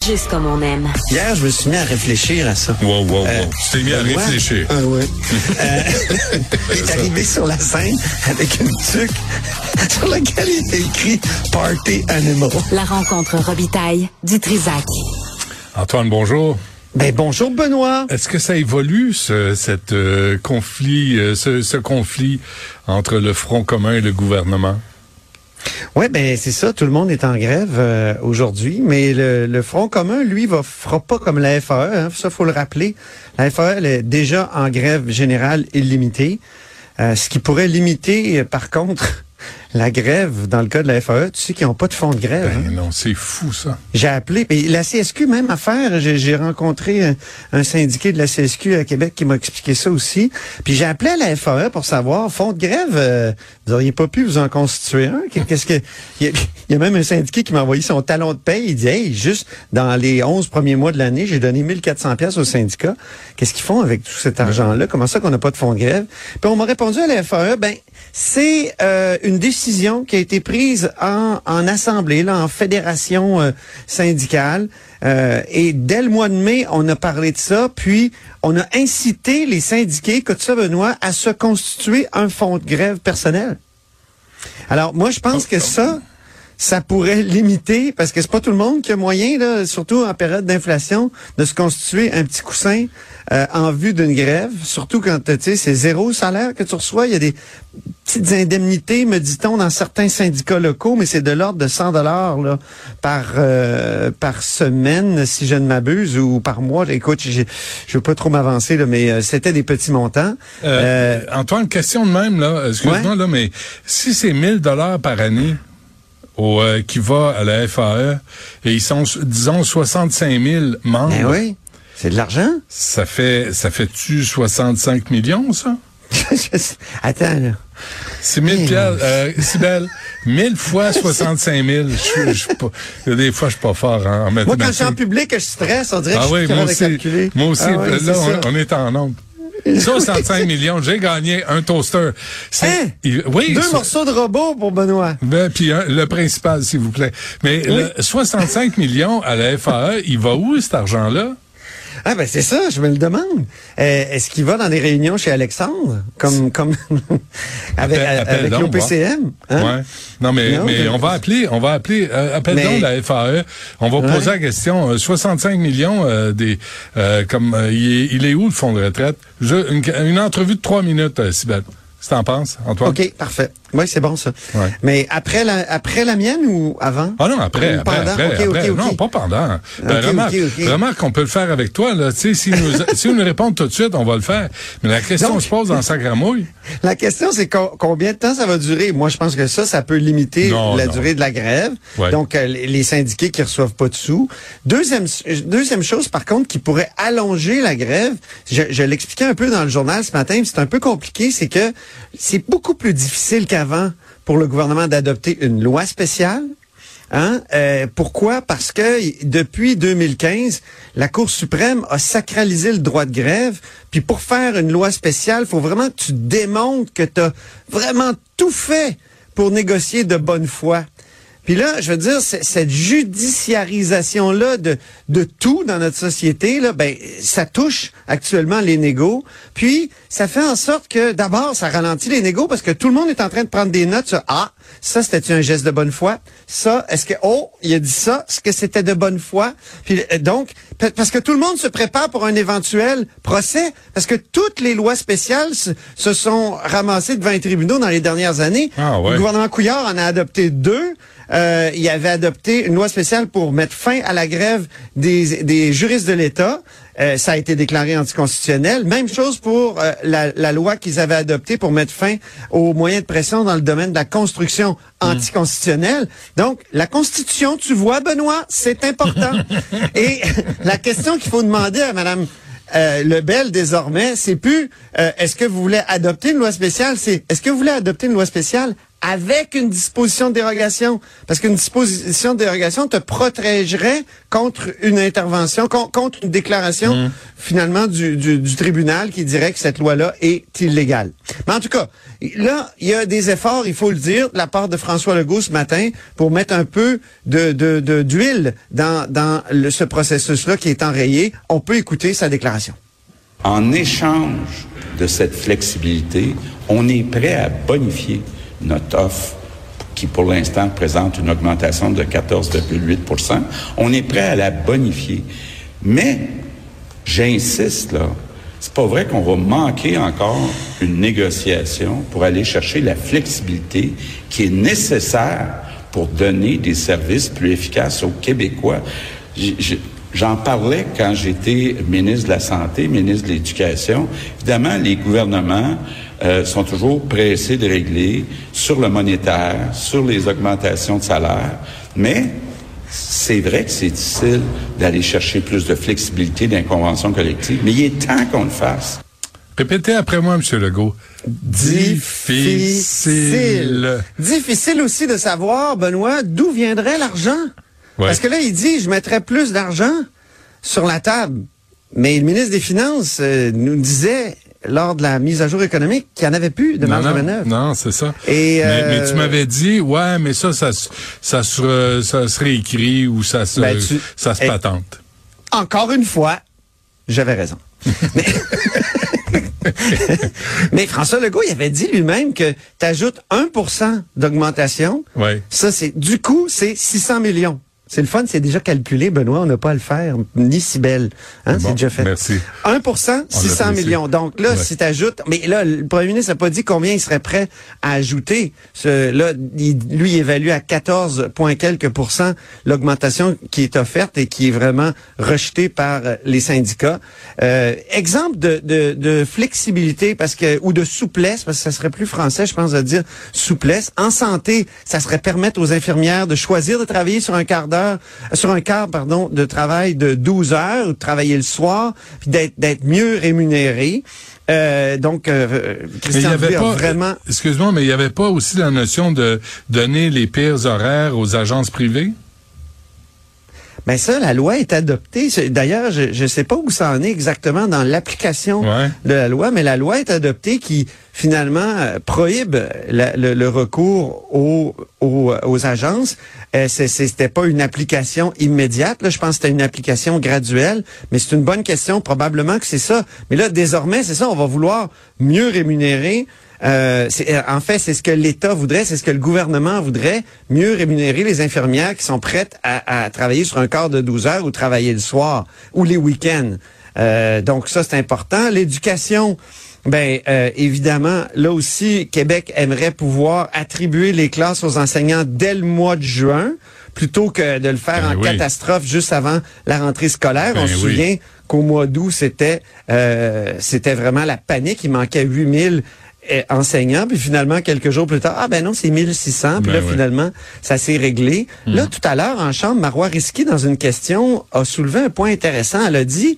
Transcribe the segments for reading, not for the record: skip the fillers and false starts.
Juste comme on aime. Hier, je me suis mis à réfléchir à ça. Wow. Tu t'es mis à réfléchir. Oui. J'étais arrivé sur la scène avec une tuque sur laquelle il était écrit « Party Animal ». La rencontre Robitaille du Trisac. Antoine, bonjour. Ben bonjour Benoît. Est-ce que ça évolue ce conflit entre le Front commun et le gouvernement? Ouais, ben c'est ça. Tout le monde est en grève aujourd'hui, mais le Front commun, lui, fera pas comme la FAE. Hein, ça, faut le rappeler. La FAE, elle est déjà en grève générale illimitée, ce qui pourrait limiter, par contre, la grève dans le cas de la FAE. Tu sais qu'ils n'ont pas de fonds de grève. Ben non, c'est fou ça. J'ai appelé, et la CSQ même à faire. J'ai rencontré un syndiqué de la CSQ à Québec qui m'a expliqué ça aussi. Puis j'ai appelé à la FAE pour savoir, fonds de grève, vous n'auriez pas pu vous en constituer un? Qu'est-ce que il y a même un syndiqué qui m'a envoyé son talon de paye. Il dit, hey, juste dans les 11 premiers mois de l'année, j'ai donné 1400 pièces au syndicat. Qu'est-ce qu'ils font avec tout cet argent-là? Comment ça qu'on n'a pas de fonds de grève? Puis on m'a répondu à la FAE, ben c'est une décision qui a été prise en assemblée, là, en fédération syndicale. Et dès le mois de mai, on a parlé de ça, puis on a incité les syndiqués, écoute ça Benoît, à se constituer un fonds de grève personnel. Alors moi, je pense que ça pourrait limiter, parce que c'est pas tout le monde qui a moyen, là, surtout en période d'inflation, de se constituer un petit coussin en vue d'une grève, surtout quand tu sais c'est zéro salaire que tu reçois. Il y a des petites indemnités, me dit-on, dans certains syndicats locaux, mais c'est de l'ordre de 100 $ par semaine, si je ne m'abuse, ou par mois. Écoute, je veux pas trop m'avancer, là, mais c'était des petits montants. Antoine, question de même, là, excuse-moi, là, mais si c'est 1 000 $ par année qui va à la FAE, et ils sont, disons, 65 000 membres. Ben oui, c'est de l'argent. Ça fait-tu 65 millions, ça? Attends, là. C'est 1000 piastres, Cybèle, 1000 fois 65 000. Des fois, je suis pas fort en mathématiques. Moi, quand je suis en public, je stresse, on dirait que je suis capable de calculer. Moi aussi, là, on est en nombre. 65 millions, j'ai gagné un toaster. Oui, 2 morceaux de robot pour Benoît. Puis le principal, s'il vous plaît. Mais oui. 65 millions à la FAE, il va où cet argent-là? Ah ben c'est ça, je me le demande. Est-ce qu'il va dans des réunions chez Alexandre, comme avec l'OPCM? Hein? Ouais. Non mais on va appeler, appelle donc la FAE. On va poser la question. 65 millions il est où le fonds de retraite? Une entrevue de 3 minutes, Cybèle. Si t'en penses, Antoine. OK, parfait. Oui, c'est bon, ça. Ouais. Mais après la mienne ou avant? Ah non, après. Okay. Non, pas pendant. Remarque qu'on peut le faire avec toi, là. Tu sais, si on nous répond tout de suite, on va le faire. Mais la question se pose dans Sacramouille. La question, c'est combien de temps ça va durer? Moi, je pense que ça peut limiter la durée de la grève. Ouais. Donc, les syndiqués qui reçoivent pas de sous. Deuxième chose, par contre, qui pourrait allonger la grève, je l'expliquais un peu dans le journal ce matin, c'est un peu compliqué, c'est que c'est beaucoup plus difficile qu'avant pour le gouvernement d'adopter une loi spéciale. Pourquoi? Parce que depuis 2015, la Cour suprême a sacralisé le droit de grève. Puis pour faire une loi spéciale, il faut vraiment que tu démontres que tu as vraiment tout fait pour négocier de bonne foi. Puis là, je veux dire, cette judiciarisation-là de tout dans notre société, là, ben, ça touche actuellement les négos. Puis, ça fait en sorte que, d'abord, ça ralentit les négos parce que tout le monde est en train de prendre des notes sur, ça, c'était un geste de bonne foi. Ça, est-ce que, il a dit ça, est-ce que c'était de bonne foi? Puis, donc, parce que tout le monde se prépare pour un éventuel procès, parce que toutes les lois spéciales se sont ramassées devant les tribunaux dans les dernières années. Le gouvernement Couillard en a adopté 2. Il avait adopté une loi spéciale pour mettre fin à la grève des juristes de l'État. Ça a été déclaré anticonstitutionnel. Même chose pour la loi qu'ils avaient adoptée pour mettre fin aux moyens de pression dans le domaine de la construction anticonstitutionnelle. Donc, la Constitution, tu vois, Benoît, c'est important. Et la question qu'il faut demander à Madame Lebel, désormais, c'est plus est-ce que vous voulez adopter une loi spéciale, c'est est-ce que vous voulez adopter une loi spéciale avec une disposition de dérogation. Parce qu'une disposition de dérogation te protégerait contre une intervention, contre une déclaration, finalement, du tribunal qui dirait que cette loi-là est illégale. Mais en tout cas, là, il y a des efforts, il faut le dire, de la part de François Legault ce matin pour mettre un peu d'huile dans ce processus-là qui est enrayé. On peut écouter sa déclaration. En échange de cette flexibilité, on est prêt à bonifier notre offre qui, pour l'instant, présente une augmentation de 14,8 %. On est prêt à la bonifier. Mais, j'insiste, là, c'est pas vrai qu'on va manquer encore une négociation pour aller chercher la flexibilité qui est nécessaire pour donner des services plus efficaces aux Québécois. J'en parlais quand j'étais ministre de la Santé, ministre de l'Éducation. Évidemment, les gouvernements sont toujours pressés de régler sur le monétaire, sur les augmentations de salaire, mais c'est vrai que c'est difficile d'aller chercher plus de flexibilité dans les conventions collectives, mais il est temps qu'on le fasse. Répétez après moi, M. Legault. Difficile. Difficile aussi de savoir, Benoît, d'où viendrait l'argent. Ouais. Parce que là, il dit, je mettrais plus d'argent sur la table. Mais le ministre des Finances nous disait, lors de la mise à jour économique, qu'il n'y en avait plus de marge de manœuvre. Non, c'est ça. Mais tu m'avais dit, ouais, mais ça se réécrit ou ça se patente. Encore une fois, j'avais raison. Mais François Legault, il avait dit lui-même que tu ajoutes 1% d'augmentation. Ouais. Ça, c'est 600 millions. C'est le fun, c'est déjà calculé, Benoît, on n'a pas à le faire, ni si belle. Hein, bon, c'est déjà fait. Merci. 1%, 600 millions. Donc là, si tu ajoutes, mais là, le premier ministre n'a pas dit combien il serait prêt à ajouter. Là, lui, il évalue à 14 points quelques % l'augmentation qui est offerte et qui est vraiment rejetée par les syndicats. Exemple de flexibilité ou de souplesse, parce que ça serait plus français, je pense, de dire souplesse. En santé, ça serait permettre aux infirmières de choisir de travailler sur un quart de travail de 12 heures, ou de travailler le soir, puis d'être mieux rémunéré. Christian Dubé a vraiment... Excuse-moi, mais il n'y avait pas aussi la notion de donner les pires horaires aux agences privées? Ben ça, la loi est adoptée. D'ailleurs, je sais pas où ça en est exactement dans l'application de la loi, mais la loi est adoptée qui, finalement, prohibe le recours aux agences. C'était pas une application immédiate. Là, je pense que c'était une application graduelle, mais c'est une bonne question. Probablement que c'est ça. Mais là, désormais, c'est ça, on va vouloir mieux rémunérer. En fait, c'est ce que l'État voudrait, c'est ce que le gouvernement voudrait, mieux rémunérer les infirmières qui sont prêtes à travailler sur un quart de 12 heures ou travailler le soir ou les week-ends. Donc ça, c'est important. L'éducation, évidemment, là aussi, Québec aimerait pouvoir attribuer les classes aux enseignants dès le mois de juin, plutôt que de le faire en catastrophe juste avant la rentrée scolaire. On se souvient qu'au mois d'août, c'était vraiment la panique. Il manquait 8000 enseignants, puis finalement, quelques jours plus tard, non, c'est 1600, puis finalement, ça s'est réglé. Là, tout à l'heure, en Chambre, Marois Risky, dans une question, a soulevé un point intéressant. Elle a dit,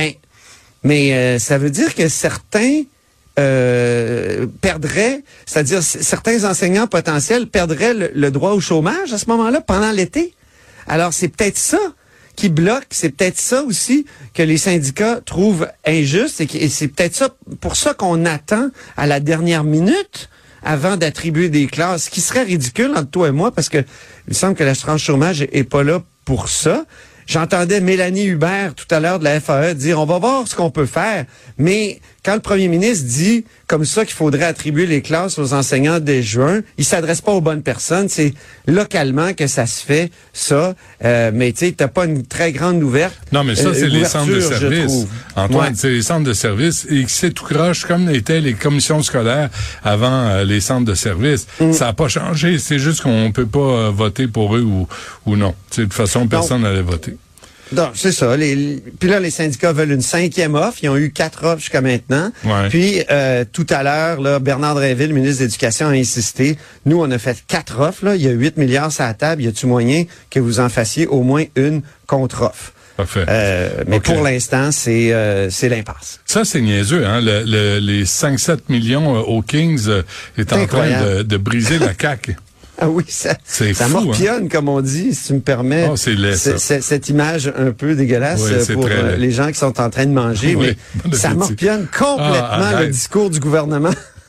ça veut dire que certains perdraient, c'est-à-dire certains enseignants potentiels perdraient le droit au chômage à ce moment-là, pendant l'été. Alors, c'est peut-être ça qui bloque, c'est peut-être ça aussi que les syndicats trouvent injuste et c'est peut-être ça pour ça qu'on attend à la dernière minute avant d'attribuer des classes, ce qui serait ridicule entre toi et moi parce que il me semble que l'assurance chômage est pas là pour ça. J'entendais Mélanie Hubert tout à l'heure de la FAE dire on va voir ce qu'on peut faire, mais quand le premier ministre dit comme ça qu'il faudrait attribuer les classes aux enseignants dès juin, il s'adresse pas aux bonnes personnes, c'est localement que ça se fait ça, mais tu sais t'as pas une très grande ouverte. Non mais ça c'est les centres de services. Antoine, c'est les centres de services et c'est tout croche comme étaient les commissions scolaires avant les centres de services. Ça a pas changé, c'est juste qu'on peut pas voter pour eux ou non. De toute façon personne n'allait voter. Donc, c'est ça. Puis là, les syndicats veulent une 5e offre. Ils ont eu 4 offres jusqu'à maintenant. Ouais. Puis, tout à l'heure, là, Bernard Drinville, ministre de l'Éducation, a insisté. Nous, on a fait 4 offres. Là. Il y a 8 milliards sur la table. Y a-t-il moyen que vous en fassiez au moins une contre-offre? Parfait. Mais pour l'instant, c'est l'impasse. Ça, c'est niaiseux, hein? Les 5-7 millions aux Kings est en train de briser la CAQ. Ah oui, ça morpionne, comme on dit, si tu me permets. Oh, c'est laid, cette image un peu dégueulasse pour les gens qui sont en train de manger, mais ça morpionne complètement le discours du gouvernement.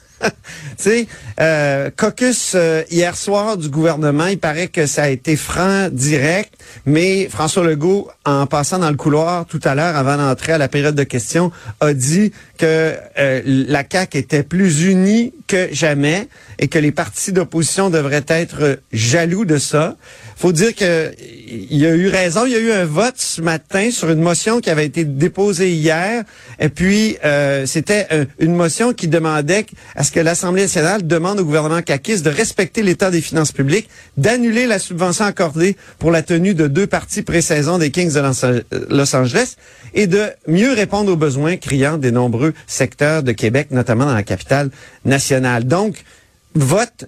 Tu sais, caucus hier soir du gouvernement, il paraît que ça a été franc, direct, mais François Legault, en passant dans le couloir tout à l'heure, avant d'entrer à la période de questions, a dit que la CAQ était plus unie que jamais et que les partis d'opposition devraient être jaloux de ça. Faut dire que il a eu raison. Il y a eu un vote ce matin sur une motion qui avait été déposée hier. Et puis, c'était une motion qui demandait à ce que l'Assemblée nationale demande au gouvernement caquiste de respecter l'état des finances publiques, d'annuler la subvention accordée pour la tenue de 2 parties pré-saison des Kings de Los Angeles et de mieux répondre aux besoins criants des nombreux secteurs de Québec, notamment dans la capitale nationale. Donc, vote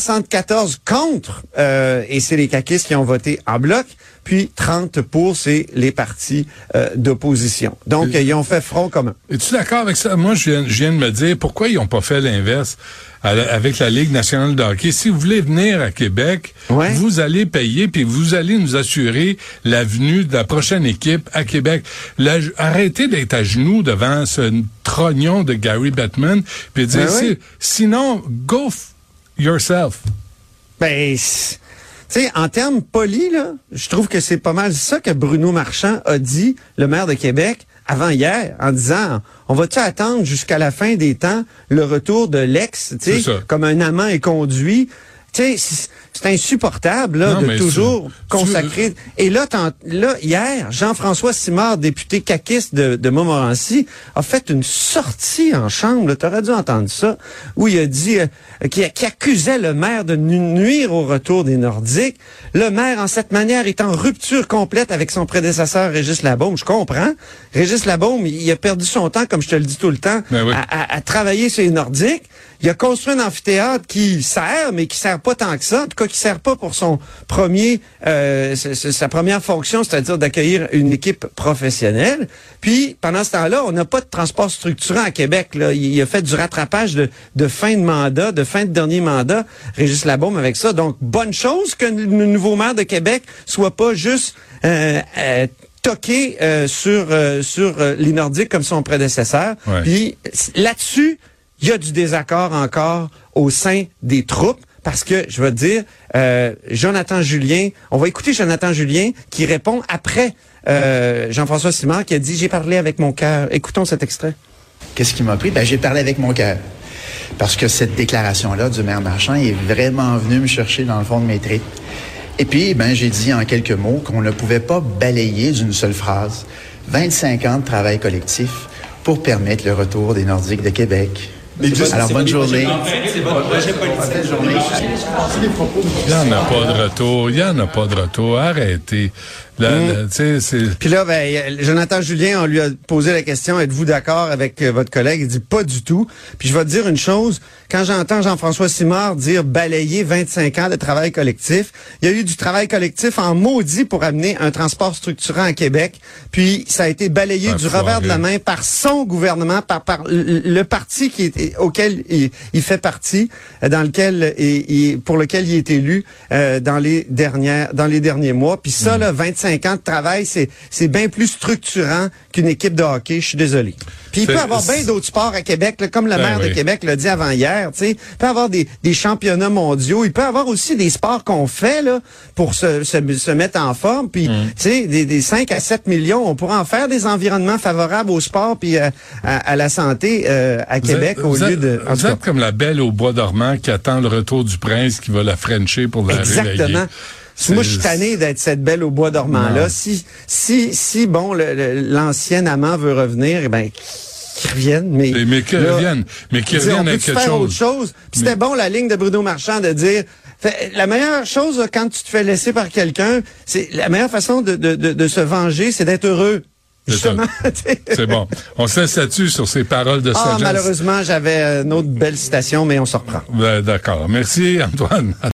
74 contre, et c'est les caquistes qui ont voté en bloc, puis 30 pour, c'est les partis d'opposition. Donc, ils ont fait front commun. Es-tu d'accord avec ça? Moi, je viens de me dire, pourquoi ils n'ont pas fait l'inverse avec la Ligue nationale de hockey? Si vous voulez venir à Québec, vous allez payer, puis vous allez nous assurer la venue de la prochaine équipe à Québec. Arrêtez d'être à genoux devant ce trognon de Gary Bettman, puis dire, sinon, go yourself. Ben, tu sais, en termes polis, là, je trouve que c'est pas mal ça que Bruno Marchand a dit, le maire de Québec, avant hier, en disant, on va-tu attendre jusqu'à la fin des temps le retour de l'ex, tu sais, comme un amant est conduit. Tu sais, c'est insupportable là, de toujours consacrer. Et là, hier, Jean-François Simard, député caquiste de Montmorency, a fait une sortie en chambre. Tu aurais dû entendre ça, où il a dit qui accusait le maire de nuire au retour des Nordiques. Le maire, en cette manière, est en rupture complète avec son prédécesseur Régis Labaume. Je comprends. Régis Labaume, il a perdu son temps, comme je te le dis tout le temps, à travailler sur les Nordiques. Il a construit un amphithéâtre qui sert, mais qui sert pas tant que ça. En tout cas, qui sert pas pour son sa première fonction, c'est-à-dire d'accueillir une équipe professionnelle. Puis, pendant ce temps-là, on n'a pas de transport structurant à Québec. Là. Il a fait du rattrapage de fin de mandat, de fin de dernier mandat, Régis Labaume avec ça. Donc, bonne chose que le nouveau maire de Québec soit pas juste toqué sur les Nordiques comme son prédécesseur. Puis, là-dessus, il y a du désaccord encore au sein des troupes parce que, je veux dire, Jonathan Julien, on va écouter Jonathan Julien qui répond après Jean-François Simard qui a dit « J'ai parlé avec mon cœur ». Écoutons cet extrait. Qu'est-ce qui m'a pris? Ben, j'ai parlé avec mon cœur. Parce que cette déclaration-là du maire Marchand est vraiment venue me chercher dans le fond de mes tripes. Et puis, ben, j'ai dit en quelques mots qu'on ne pouvait pas balayer d'une seule phrase 25 ans de travail collectif pour permettre le retour des Nordiques de Québec. Alors, bonne journée. En fait, c'est votre projet politique. Il n'y en a pas de retour. Il n'y en a pas de retour. Arrêtez. Puis là, Jonathan Julien, on lui a posé la question, êtes-vous d'accord avec votre collègue? Il dit pas du tout. Puis je vais te dire une chose, quand j'entends Jean-François Simard dire balayer 25 ans de travail collectif, il y a eu du travail collectif en maudit pour amener un transport structurant à Québec. Puis ça a été balayé du revers de la main par son gouvernement, par le parti auquel il fait partie, pour lequel il est élu dans les derniers mois. Puis ça, là, 25 ans de travail, c'est bien plus structurant qu'une équipe de hockey, je suis désolé. Puis il peut y avoir bien d'autres sports à Québec, là, comme le maire de Québec l'a dit avant hier, tu sais, il peut y avoir des championnats mondiaux, il peut y avoir aussi des sports qu'on fait là pour se mettre en forme, puis tu sais, des 5 à 7 millions, on pourrait en faire des environnements favorables au sport puis à la santé à Québec au lieu de... Vous êtes comme la belle au bois dormant qui attend le retour du prince qui va la frencher pour la réveiller. Exactement. Moi, je suis tanné d'être cette belle au bois dormant-là. Si bon, l'ancien amant veut revenir, eh ben, qu'il revienne. Mais qu'il revienne. Mais qu'il revienne avec quelque chose. Autre chose. Puis c'était bon, la ligne de Bruno Marchand de dire, la meilleure chose, là, quand tu te fais laisser par quelqu'un, c'est la meilleure façon de se venger, c'est d'être heureux. Justement. C'est bon. On se laisse là-dessus sur ces paroles de sagesse. Malheureusement, j'avais une autre belle citation, mais on se reprend. D'accord. Merci, Antoine.